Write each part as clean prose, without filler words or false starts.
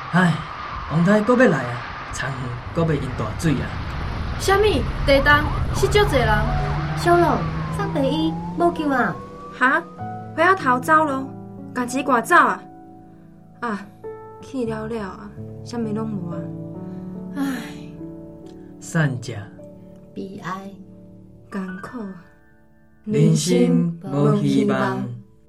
唉，王太阁要来啊，田园阁要淹大水啊！ 啥物？地动死足侪人。 小龙，上病医无救啊！ 哈，我要逃走咯，家己赶走啊！啊，去了了啊，啥物拢无啊！唉， 善者悲哀， 艰苦， 人生无希望。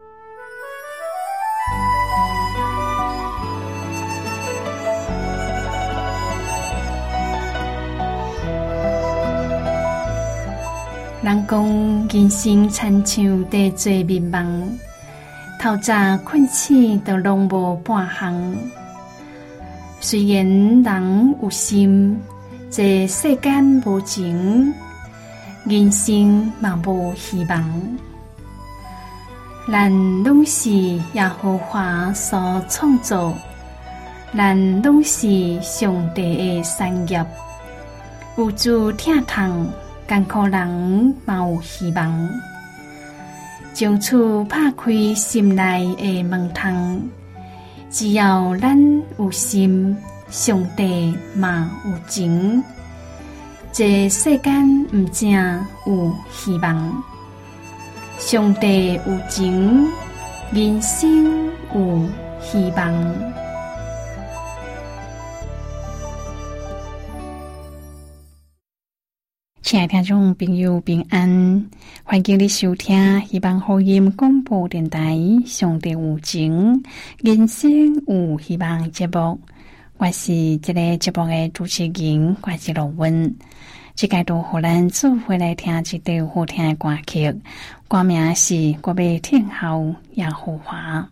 人讲人生亲像地做迷茫，透早困醒都拢无半项。虽然人有心，这世间无情，人生嘛无希望。咱拢是耶和华所创造，咱拢是上帝的产业，有主疼痛。艰苦人嘛有希望，从此拍开心内的门窗。只要咱有心，上帝嘛有情。这世间毋正有希望，上帝有情，人生有希望。亲爱的听众朋友平安，欢迎你收听希望福音广播电台上帝有情人生有希望节目。我是这个节目的主持人，我是罗文。这个都互咱做回来听一条好听的歌曲，歌名是《我要听候耶和华》。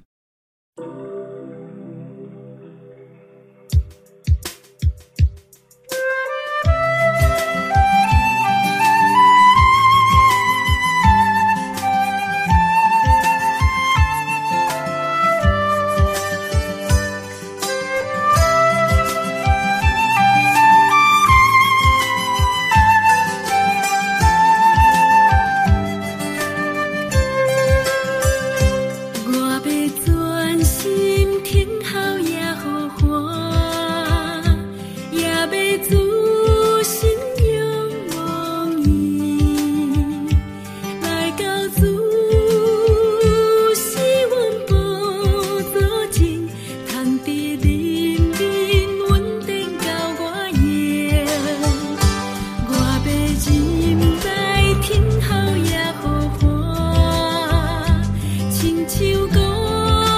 亲像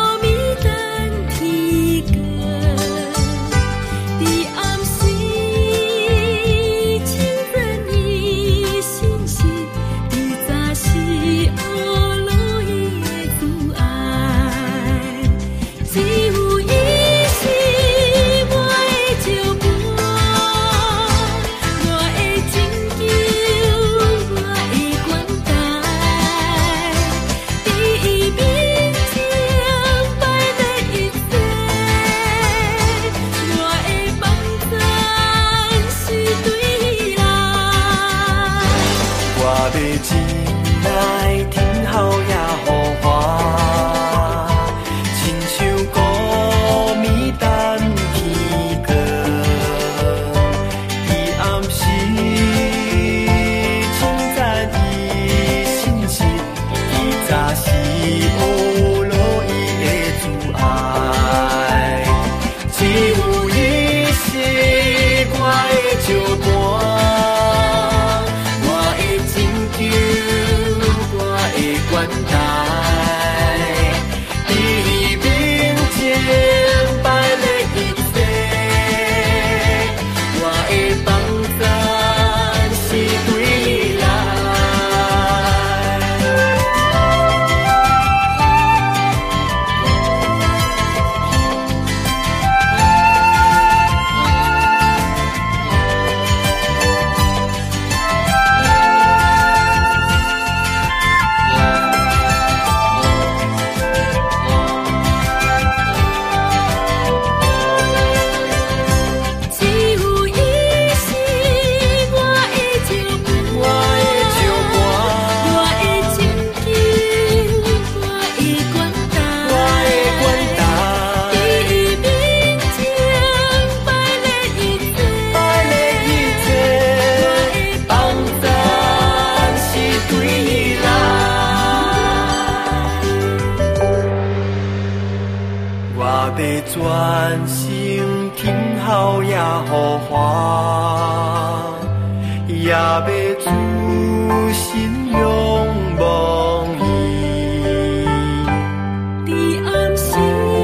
要专心听候耶和华，也要主心仰望伊。 你安息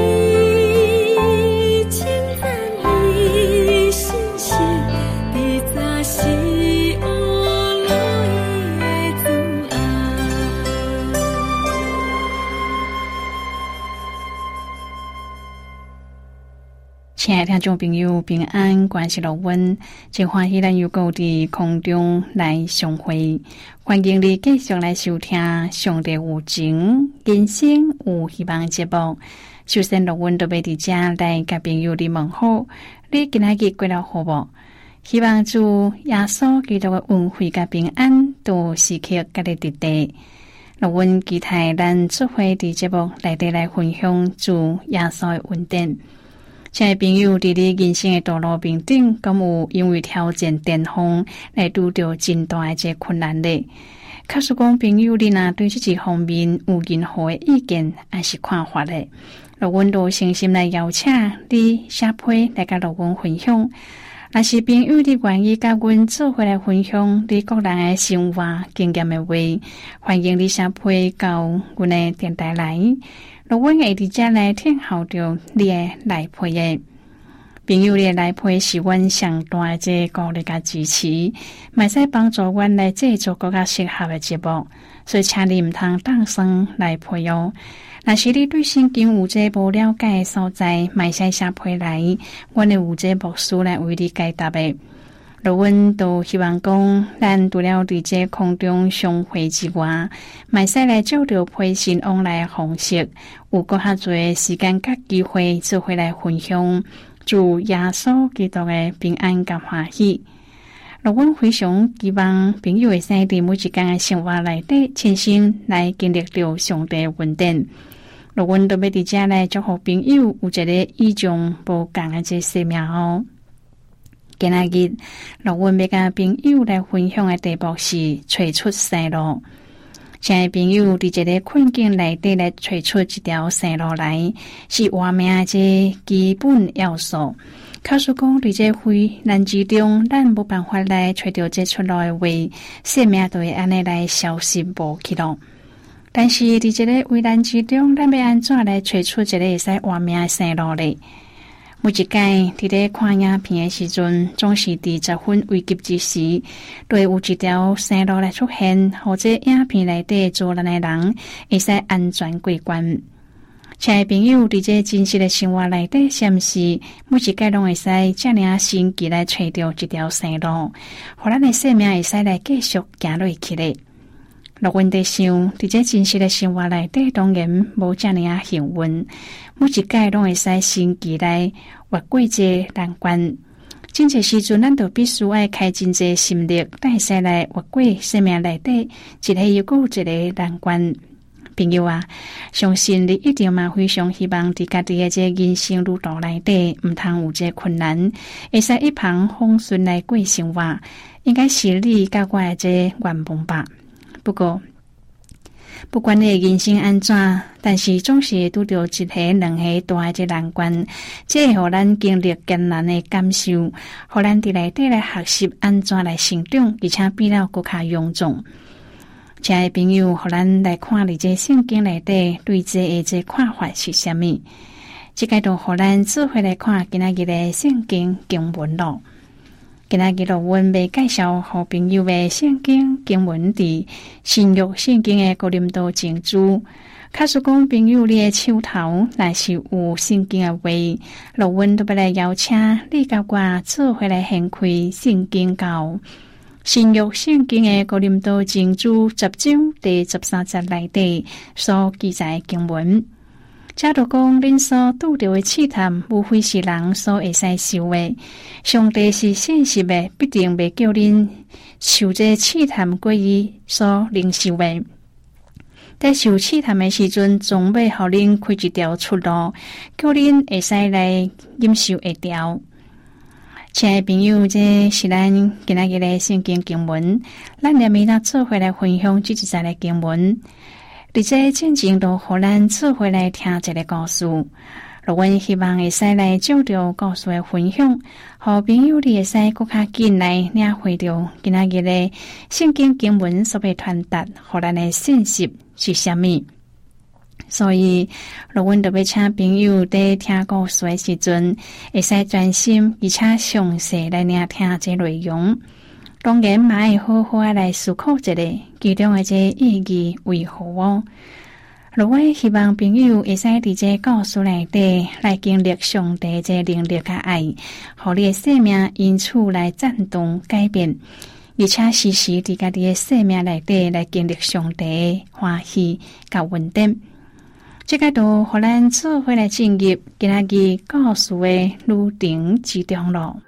称赞伊信息，你早是阿拉伊的主啊。 亲爱的听众朋友，平安，关系乐温，真欢喜咱又够伫空中来相会，欢迎你继续来收听上帝有情人生有希望节目。首先乐温都要伫遮来甲朋友你问好，你今仔日过了好无？希望主耶稣基督的恩惠甲平安都时刻甲你伫地。乐温期待咱做伙伫节目内底来分享主耶稣的恩典。亲爱朋友，伫你人生的道路面顶，敢有因为挑战巅峰来拄着真大的这困难咧？假使讲朋友你若对这一方面有任何的意见还是看法咧，乐温都诚心来邀请你写批来甲乐温分享。若是朋友你愿意甲阮做伙来分享你个人的生活经验的话，欢迎你写批到阮的电台来。乐温会伫遮来听候着你的来批的朋友，你的来批是阮上大的这鼓励甲支持，嘛使帮助阮来制作更加适合的节目，所以请你毋通当生来批哦。若是你对圣经有这无了解的所在，嘛使写批来，阮的有这牧师来为你解答的。乐温都希望讲，咱除了伫这空中相会之外，嘛使来照着批信往来的方式，有搁较侪时间甲机会做伙来分享主耶稣基督的平安甲欢喜。乐温非常希望朋友会使伫每一天的生活内底，亲身来经历着上帝的恩典。乐温都要伫遮来祝福朋友有一个与众无共的这生命哦。今仔日，乐温要甲朋友来分享的题目是找出生路。亲爱朋友，伫一个困境内底来找出一条生路来，是活命的这基本要素。假使讲伫这危难之中，咱无办法来找到这出路的话，生命就会安尼来消失无去咯。但是伫这个危难之中，咱要安怎来找出一个会使活命的生路呢？每一届伫咧看影片的时阵，总是伫十分危急之时，都会有一条生路来出现，或者影片内底做咱的人会使安全过关。亲爱朋友，伫这真实的生活内底，是毋是每一届拢会使这样神奇来找到一条生路，互咱的生命会使来继续行落去咧？乐温在想，伫这真实的生活内底，当然无这样幸运，每一届拢会使神奇来越过这难关。真侪时阵，咱就必须要开真侪心力，才会使来越过生命内底一个又过一个难关。朋友啊，相信你一定嘛非常希望伫家己的这人生路途内底，毋通有这困难，会使一旁风顺来过生活，应该是你甲我的这愿望吧。不过，不管你的人生安怎，但是总是会拄着一个两个大的这难关，这会互咱经历艰难的感受，互咱伫内底来学习安怎来成长，而且变了更加勇壮。亲爱的朋友，互咱来看伫这圣经内底对这的这看法是啥物？这个就互咱做伙来看今仔日的圣经经文咯。今仔日乐温要介绍互朋友的圣经经文伫新约圣经的哥林多前书。假使讲朋友你的手头若是有圣经的话，乐温都要来邀请你甲我做伙来掀开圣经到新约圣经的哥林多前书10章第13节内底所记载的经文。假如讲恁所拄着的试探，无非是人所会使受的，上帝是信实的，必定袂叫恁受这试探过于所领受的。在受试探的时阵，总要互恁开一条出路，叫恁会使来忍受会掉。亲爱的朋友，这是咱今仔日的圣经经文，咱连面那做伙来分享这一节的经文。伫这进前都互咱做伙来听一个故事。 阮希望会使来照着故事的分享，互朋友你会使更较紧来领会到今仔日的圣经经文所要传达互咱的信息是啥物。所以，阮特别请朋友在听故事的时阵，会使专心而且详细来聆听这内容。当然，嘛会好好来思考一下其中的这意义为何哦。我希望朋友会使伫这故事内底来经历上帝这能力甲爱，互你的生命因此来赞动改变，而且时时伫家己的生命内底来经历上帝的欢喜甲稳定。这个都互咱做伙来进入今仔日故事的旅程之中咯。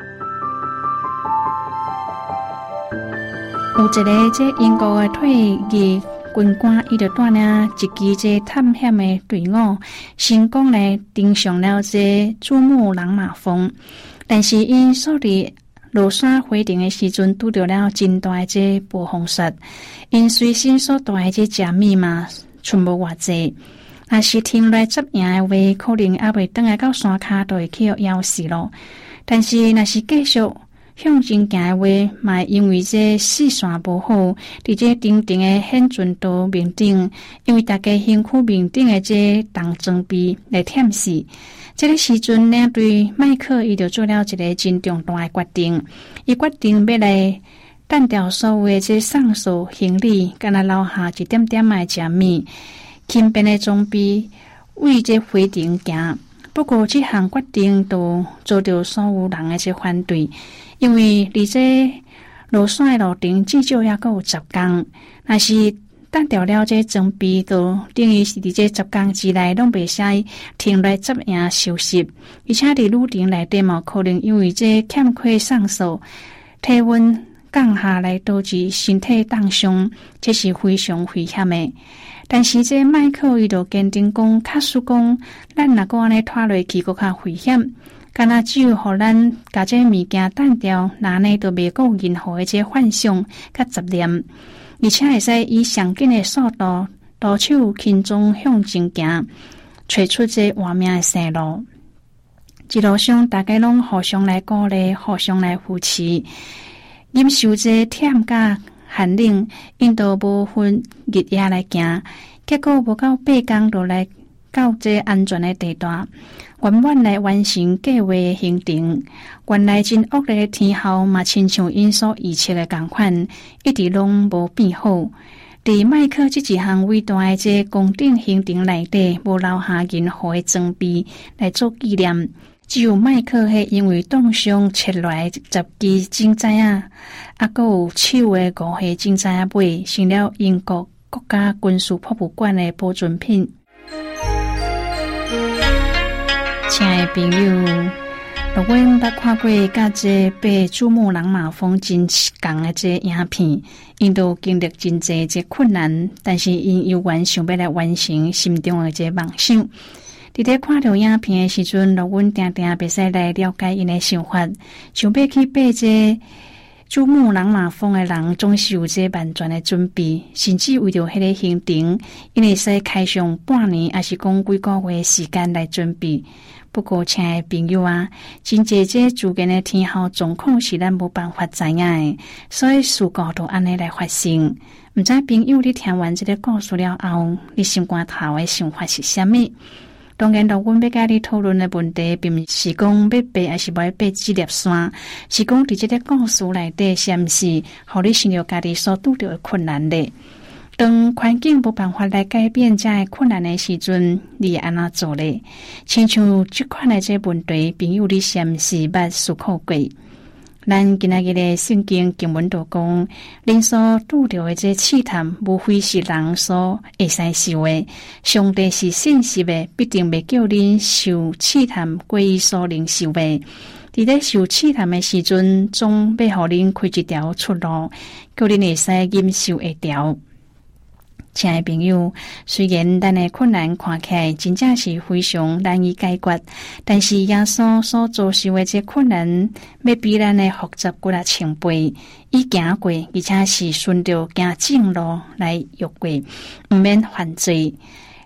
有一个这英国的退役军官，伊就带领一支这探险的队伍，成功来登上了这珠穆朗玛峰。但是因所伫落山回程的时阵，拄到了真大的这暴风雪，因随身所带的这食物嘛，剩无偌济。若是停来执营的话，可能还未转来到山骹，就会去枵死咯。但是若是继续向前行的话，嘛因为这视线不好，伫这顶顶的险峻道面顶，因为大家身躯面顶的这重装备来忝死。这个时阵，领队麦克伊就做了一个真重大的决定，伊决定要来单掉所有的这送送行李，敢若留下一点点的食物。轻便的装备为这回程行，不过这项决定都遭到所有人的这反对，因为离这落山的路程至少也够有10天，若是单掉了这装备，都等于是伫这10天之内拢袂使停来执营休息，而且伫旅程内底嘛，可能因为这欠缺送送，体温降下来导致身体冻伤，这是非常危险的。但是这麦克伊就坚定讲，假使讲咱若个安尼拖落去，更较危险。敢若只有互咱甲这物件单掉，那呢都袂有任何的这幻想甲执念，而且会使以上紧的速度，徒手轻松向前行，找出这活命的生路。一路上大家拢互相来鼓励，互相来扶持，忍受这忝甲寒冷，因都无分日夜来行，结果无到8天就来到这安全的地段，圆满来完成计划的行程。原来真恶劣的天候嘛，亲像因所预测的同款，一直拢无变好。伫麦克这一项伟大的这公顶行程内底，无留下任何的装备来做纪念。只有麦克迄因为冻伤切来10支针仔啊，还佫有手的5盒针仔啊买，成了英国国家军事博物馆的保存品。亲爱的朋友，如果捌看过甲这爬珠穆朗玛峰真共的这影片，因都经历真济这困难，但是因犹原想要来完成心中的这梦想。伫咧看到影片的时阵，阮定定袂使来了解因的想法。想要去爬这珠穆朗玛峰的人，总是有这万全的准备，甚至为着迄个行程，因会使开上半年，还是讲几个月的时间来准备。不过，亲爱的朋友啊，真济这自然的天候状况是咱无办法知影的，所以事故都安尼来发生。毋知朋友你听完这个故事了后，你心肝头的想法是啥物？当然，阮要甲你讨论的问题，并不是讲要爬还是要爬这粒山，是讲伫这个故事内底，是毋是互你想着家己所拄着的困难咧？当环境无办法来改变这个困难的时阵，你安怎做咧？亲像这款的这问题，朋友你是毋是捌思考过？咱今仔日的圣经经文就讲，恁所拄着的这试探，无非是人所会使受的。上帝是信实的，必定袂叫恁受试探过伊所领受的。伫咧受试探的时阵，总要互恁开一条出路，叫恁会使忍受会条。亲爱的朋友，虽然咱的困难看起来真正是非常难以解决，但是耶稣所遭受的这困难，要比咱的复杂过来千倍，伊行过，而且是顺着行正路来越过，毋免犯罪。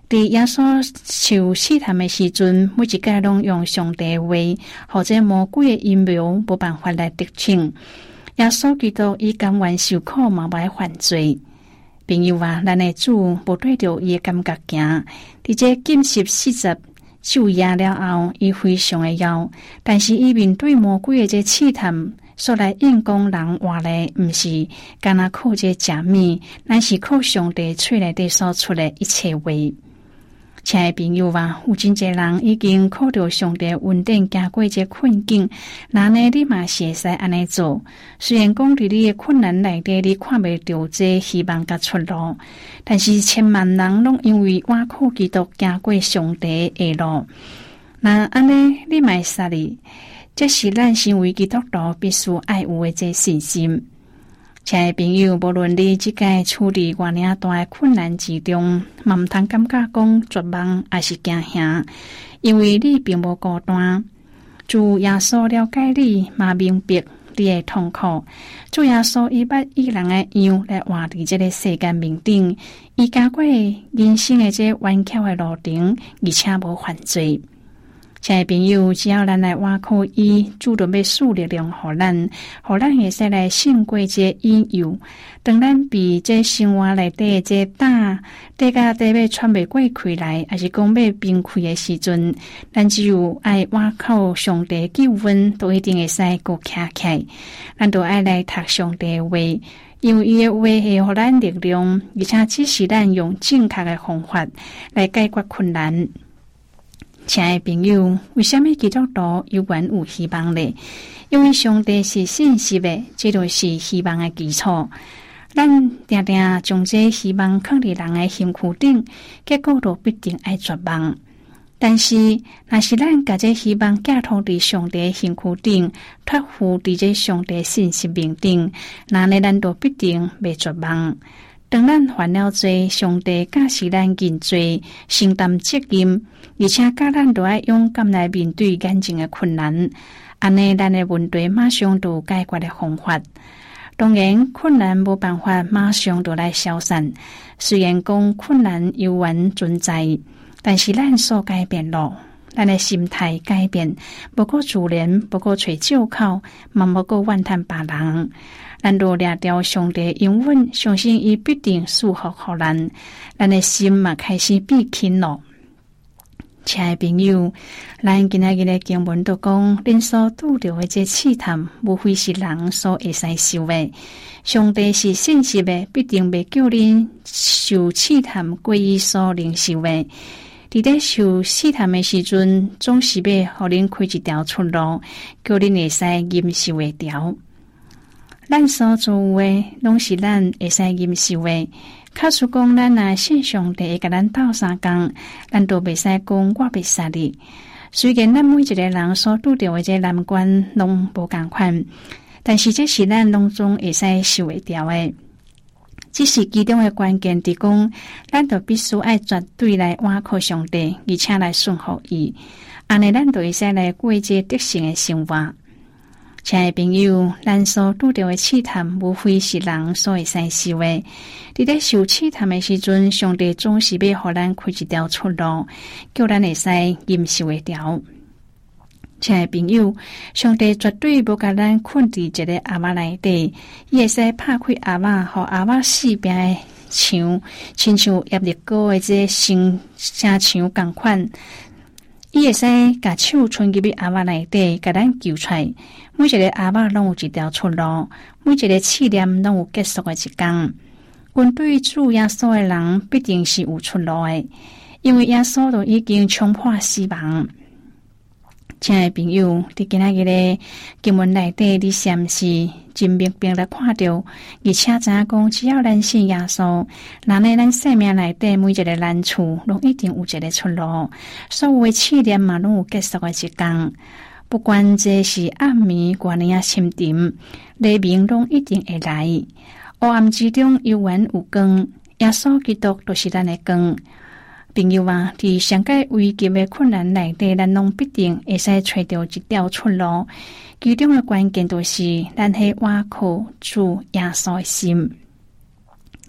伫耶稣受试探的时阵，每一届拢用上帝的话，或者魔鬼的阴谋无办法来得逞。耶稣基督伊甘愿受苦，嘛不爱犯罪。朋友啊，咱的主无对着伊的感觉行，伫这禁食40昼夜了后，伊非常的枵，但是伊面对魔鬼的这试探，所来应讲人话咧，毋是干那靠这食物，乃是靠上帝嘴内底所出的一切话。亲爱的朋友啊，有真侪人已经靠着上帝稳定行过这困境，那呢你嘛是会使安尼做。虽然讲伫你的困难内底，你看袂到这希望甲出路，但是千万人拢因为倚靠基督行过上帝的路。那安尼你嘛会使哩，这是咱身为基督徒必须爱有的这信心。亲爱的朋友，无论你即个处理偌尔大的困难之中，嘛毋通感觉讲绝望还是惊吓，因为你并无孤单。主耶稣了解你，嘛明白你的痛苦。主耶稣伊捌以人的样来活伫这个世间面顶，伊行过人生的这弯曲的路程，而且无犯罪。亲爱的朋友，只要咱来倚靠伊，主动要赐力量互咱会使来胜过这引诱。当咱被这生活内底这打甲底要喘袂过气来，还是讲要崩溃的时阵，咱只有爱倚靠上帝救恩，都一定会使够徛起来。咱都爱来读上帝的话，因为伊的话会互咱力量，而且只是咱用正确的方法来解决困难。亲爱的朋友，为什么基督徒永远有希望呢？因为上帝是信实的，这就是希望的基础。咱定定将这希望放伫人的身躯顶，结果就必定爱绝望。但是，若是咱把这希望寄托伫上帝的身躯顶，托付伫这上帝信实面顶，那呢咱就必定袂绝望。当咱犯了罪，上帝假使咱认罪，承担责任，而且教咱都爱勇敢来面对眼前的困难，安尼咱的问题马上就有解决的方法。当然，困难无办法马上就来消散，虽然讲困难永远存在，但是咱所改变咯，咱的心态改变，不过自然，不过找借口，嘛不过怨叹别人。咱若掠掉上帝应允，相信伊必定赐福互咱，咱的心嘛开始变轻咯。亲爱的朋友，咱今仔日的经文都讲，恁所拄着的这试探，无非是人所会使受的。上帝是信实的，必定袂叫恁受试探过伊所领受的。伫咧受试探的时阵，总是要互恁开一条出路，叫恁会使忍受会条。咱所做的，拢是咱会使忍受的。假使讲咱若信上帝会甲咱斗相共，咱都袂使讲我袂杀你。虽然咱每一个人所拄着的这难关拢无共款，但是这是咱拢总会使受会掉的。只是其中的关键伫讲，咱就必须爱绝对来倚靠上帝，而且来顺服伊。安尼咱就会使来过这得胜的生活。亲爱的朋友，咱所拄着的试探，无非是人所会使受的。伫咧受试探的时阵，上帝总是要互咱开一条出路，叫咱会使忍受会条。亲爱的朋友，上帝绝对无甲咱困伫一个阿妈内底，伊会使拍开阿妈，互阿妈四边的墙，亲像压力高的这城墙共款。伊会使甲手伸入去阿妈内底，甲咱救出来。每一个阿妈拢有一条出路，每一个试炼拢有结束的一天。军队主耶稣的人必定是有出路的，因为耶稣都已经冲破死亡。亲爱的朋友，伫今仔日的经文内底，你是毋是真明白来看到？而且知影讲，只要咱信耶稣，那呢咱生命内底每一个难处，拢一定有一个出路。所有的试炼嘛，拢有结束的一天。不管这是暗暝偌尔深沉，黎明拢一定会来。黑暗之中永远有光，耶稣基督就是咱的光。朋友啊，伫上界危急的困难内底，咱拢必定会使找到一条出路。其中的关键就是咱迄倚靠主耶稣的心。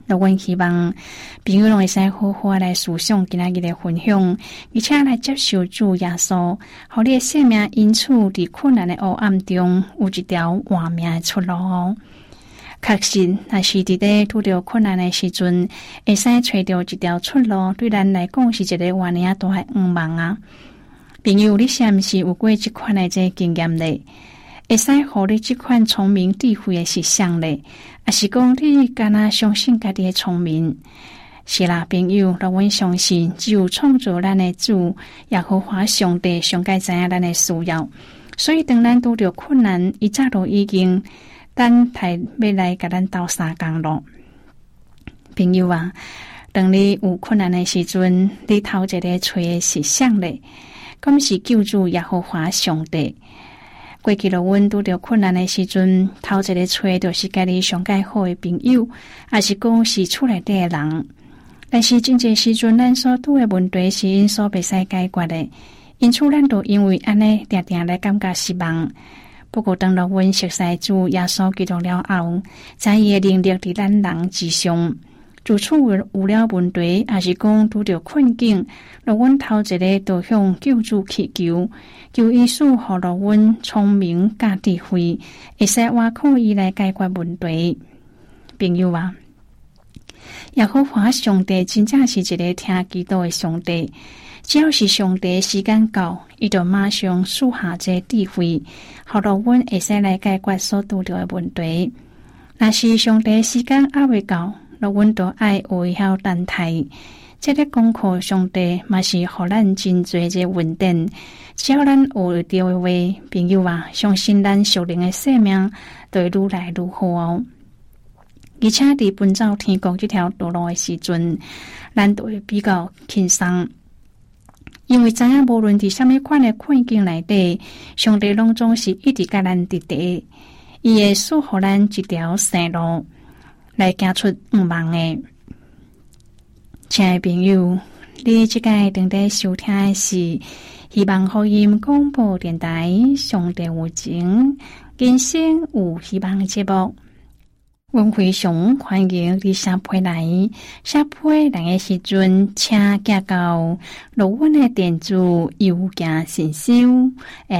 阮希望朋友拢会使好好来思想今仔日的分享，而且来接受主耶稣，互你的生命因此伫困难的黑暗中有一条活命的出路哦。确实，若是伫咧拄着困难的时阵，会使找到一条出路，对咱来讲是一个偌尔大的愿望啊！朋友，你是毋是有过这款的这经验咧？会使互你这款聪明智慧的实相咧？还是讲你敢若相信家己的聪明？是啦，朋友，让阮相信，只有创造咱的主耶和华上帝上该知影咱的需要，所以当咱拄着困难，伊早都已经等待要来甲咱斗相共咯。朋友啊，当你有困难的时阵，你头一个找的是谁咧？敢是救主耶和华上帝？过去了，阮拄着困难的时阵，头一个找就是家己上介好的朋友，还是讲是厝内底的人。但是真侪时阵，咱所拄的问题是因所袂使解决的，因此咱都因为安尼定定来感觉失望。不过当了阮熟悉主耶稣基督了后，知伊的能力伫咱人之上。自处有了问题，还是讲拄着困境，让阮头一个都向救主祈求，求伊赐互了阮聪明甲智慧，会使挖靠伊来解决问题。朋友啊，耶和华上帝真正是一个听祈祷的上帝，只要是上帝时间到，伊就马上赐下这智慧，互了阮会使来解决所拄着的问题。若是上帝时间还未到，那阮都爱会晓等待，这个功课上帝嘛是互咱真侪这稳定。只要咱学到的话，朋友啊，相信咱属灵的生命就会愈来愈好哦。而且伫奔走天国这条道路的时阵，咱都会比较轻松，因为知影无论伫什么款的困境内底，上帝拢总是一直甲咱伫第，伊会赐互咱一条生路。来行出愿望的，亲爱的朋友，你即个正在收听的是希望福音广播电台上帝有情人生有希望的节目。阮非常欢迎你写批来，写批来的时阵，请寄到录阮的电子邮件信箱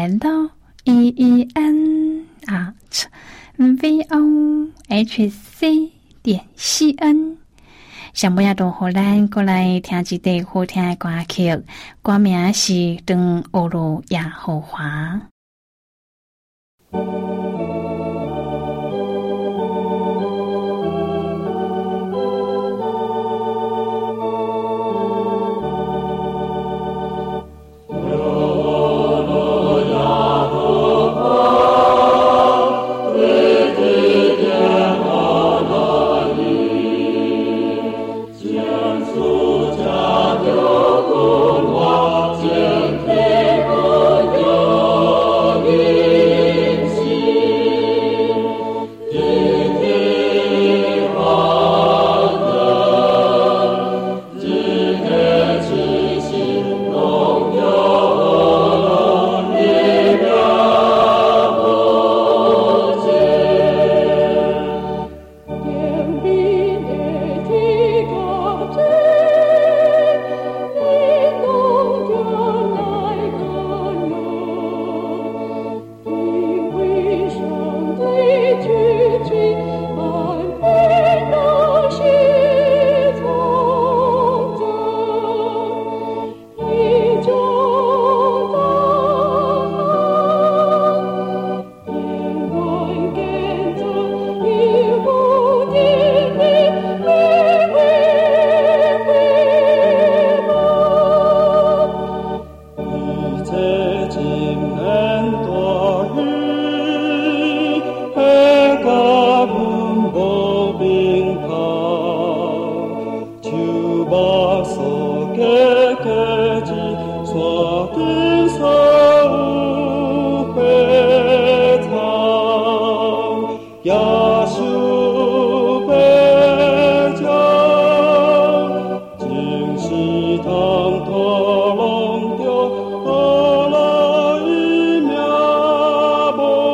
LEEN@vohc.cn。上尾也都互咱过来听一段好听的歌曲，歌名是《当欧罗耶和华》。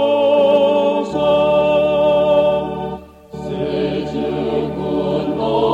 Oh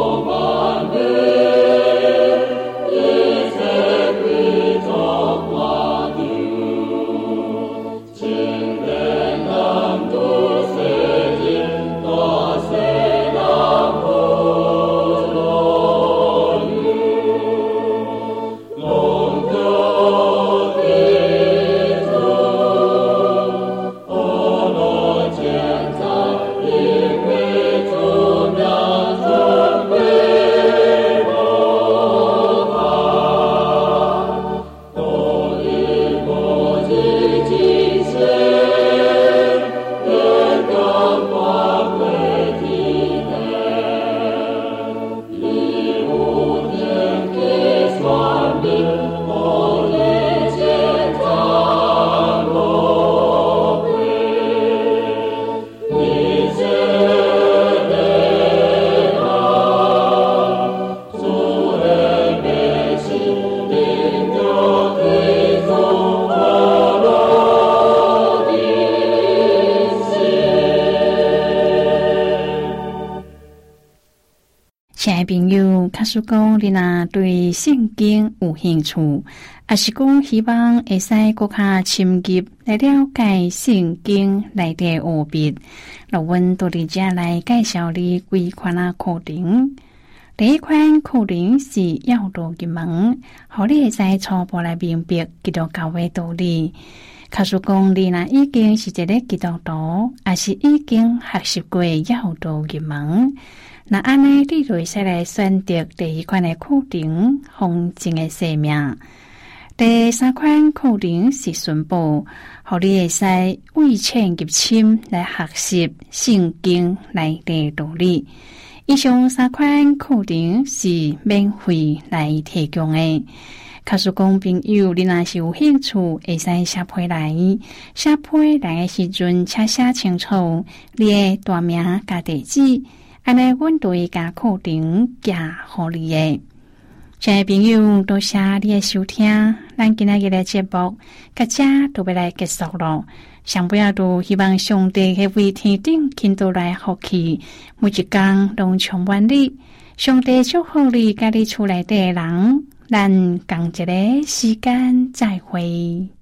使讲你若对圣经有兴趣，也是讲希望会使更加深入来了解圣经内底奥秘，那阮都伫遮来介绍你几款课程。第一款课程是要道入门，互你会使初步来明白基督教的道理。假使讲你若已经是一个基督徒，也是已经学习过要道入门，那安尼你就会使来选择第二款的课程，丰盛的生命。第三款课程是顺步，互你会使未浅入深来学习圣经内底道理。以上三款课程是免费来提供的。假使讲朋友你若是有兴趣，会使写批来，写批来的时阵，请写清楚你的大名加地址，安尼阮就会将课程寄互你的。亲爱朋友，多谢你的收听，咱今仔日的节目到这就要来结束了。上尾仔都希望上帝会为天顶倾倒来福气，每一天拢充满你。上帝祝福你，甲你厝内底的人，咱同一个时间再会。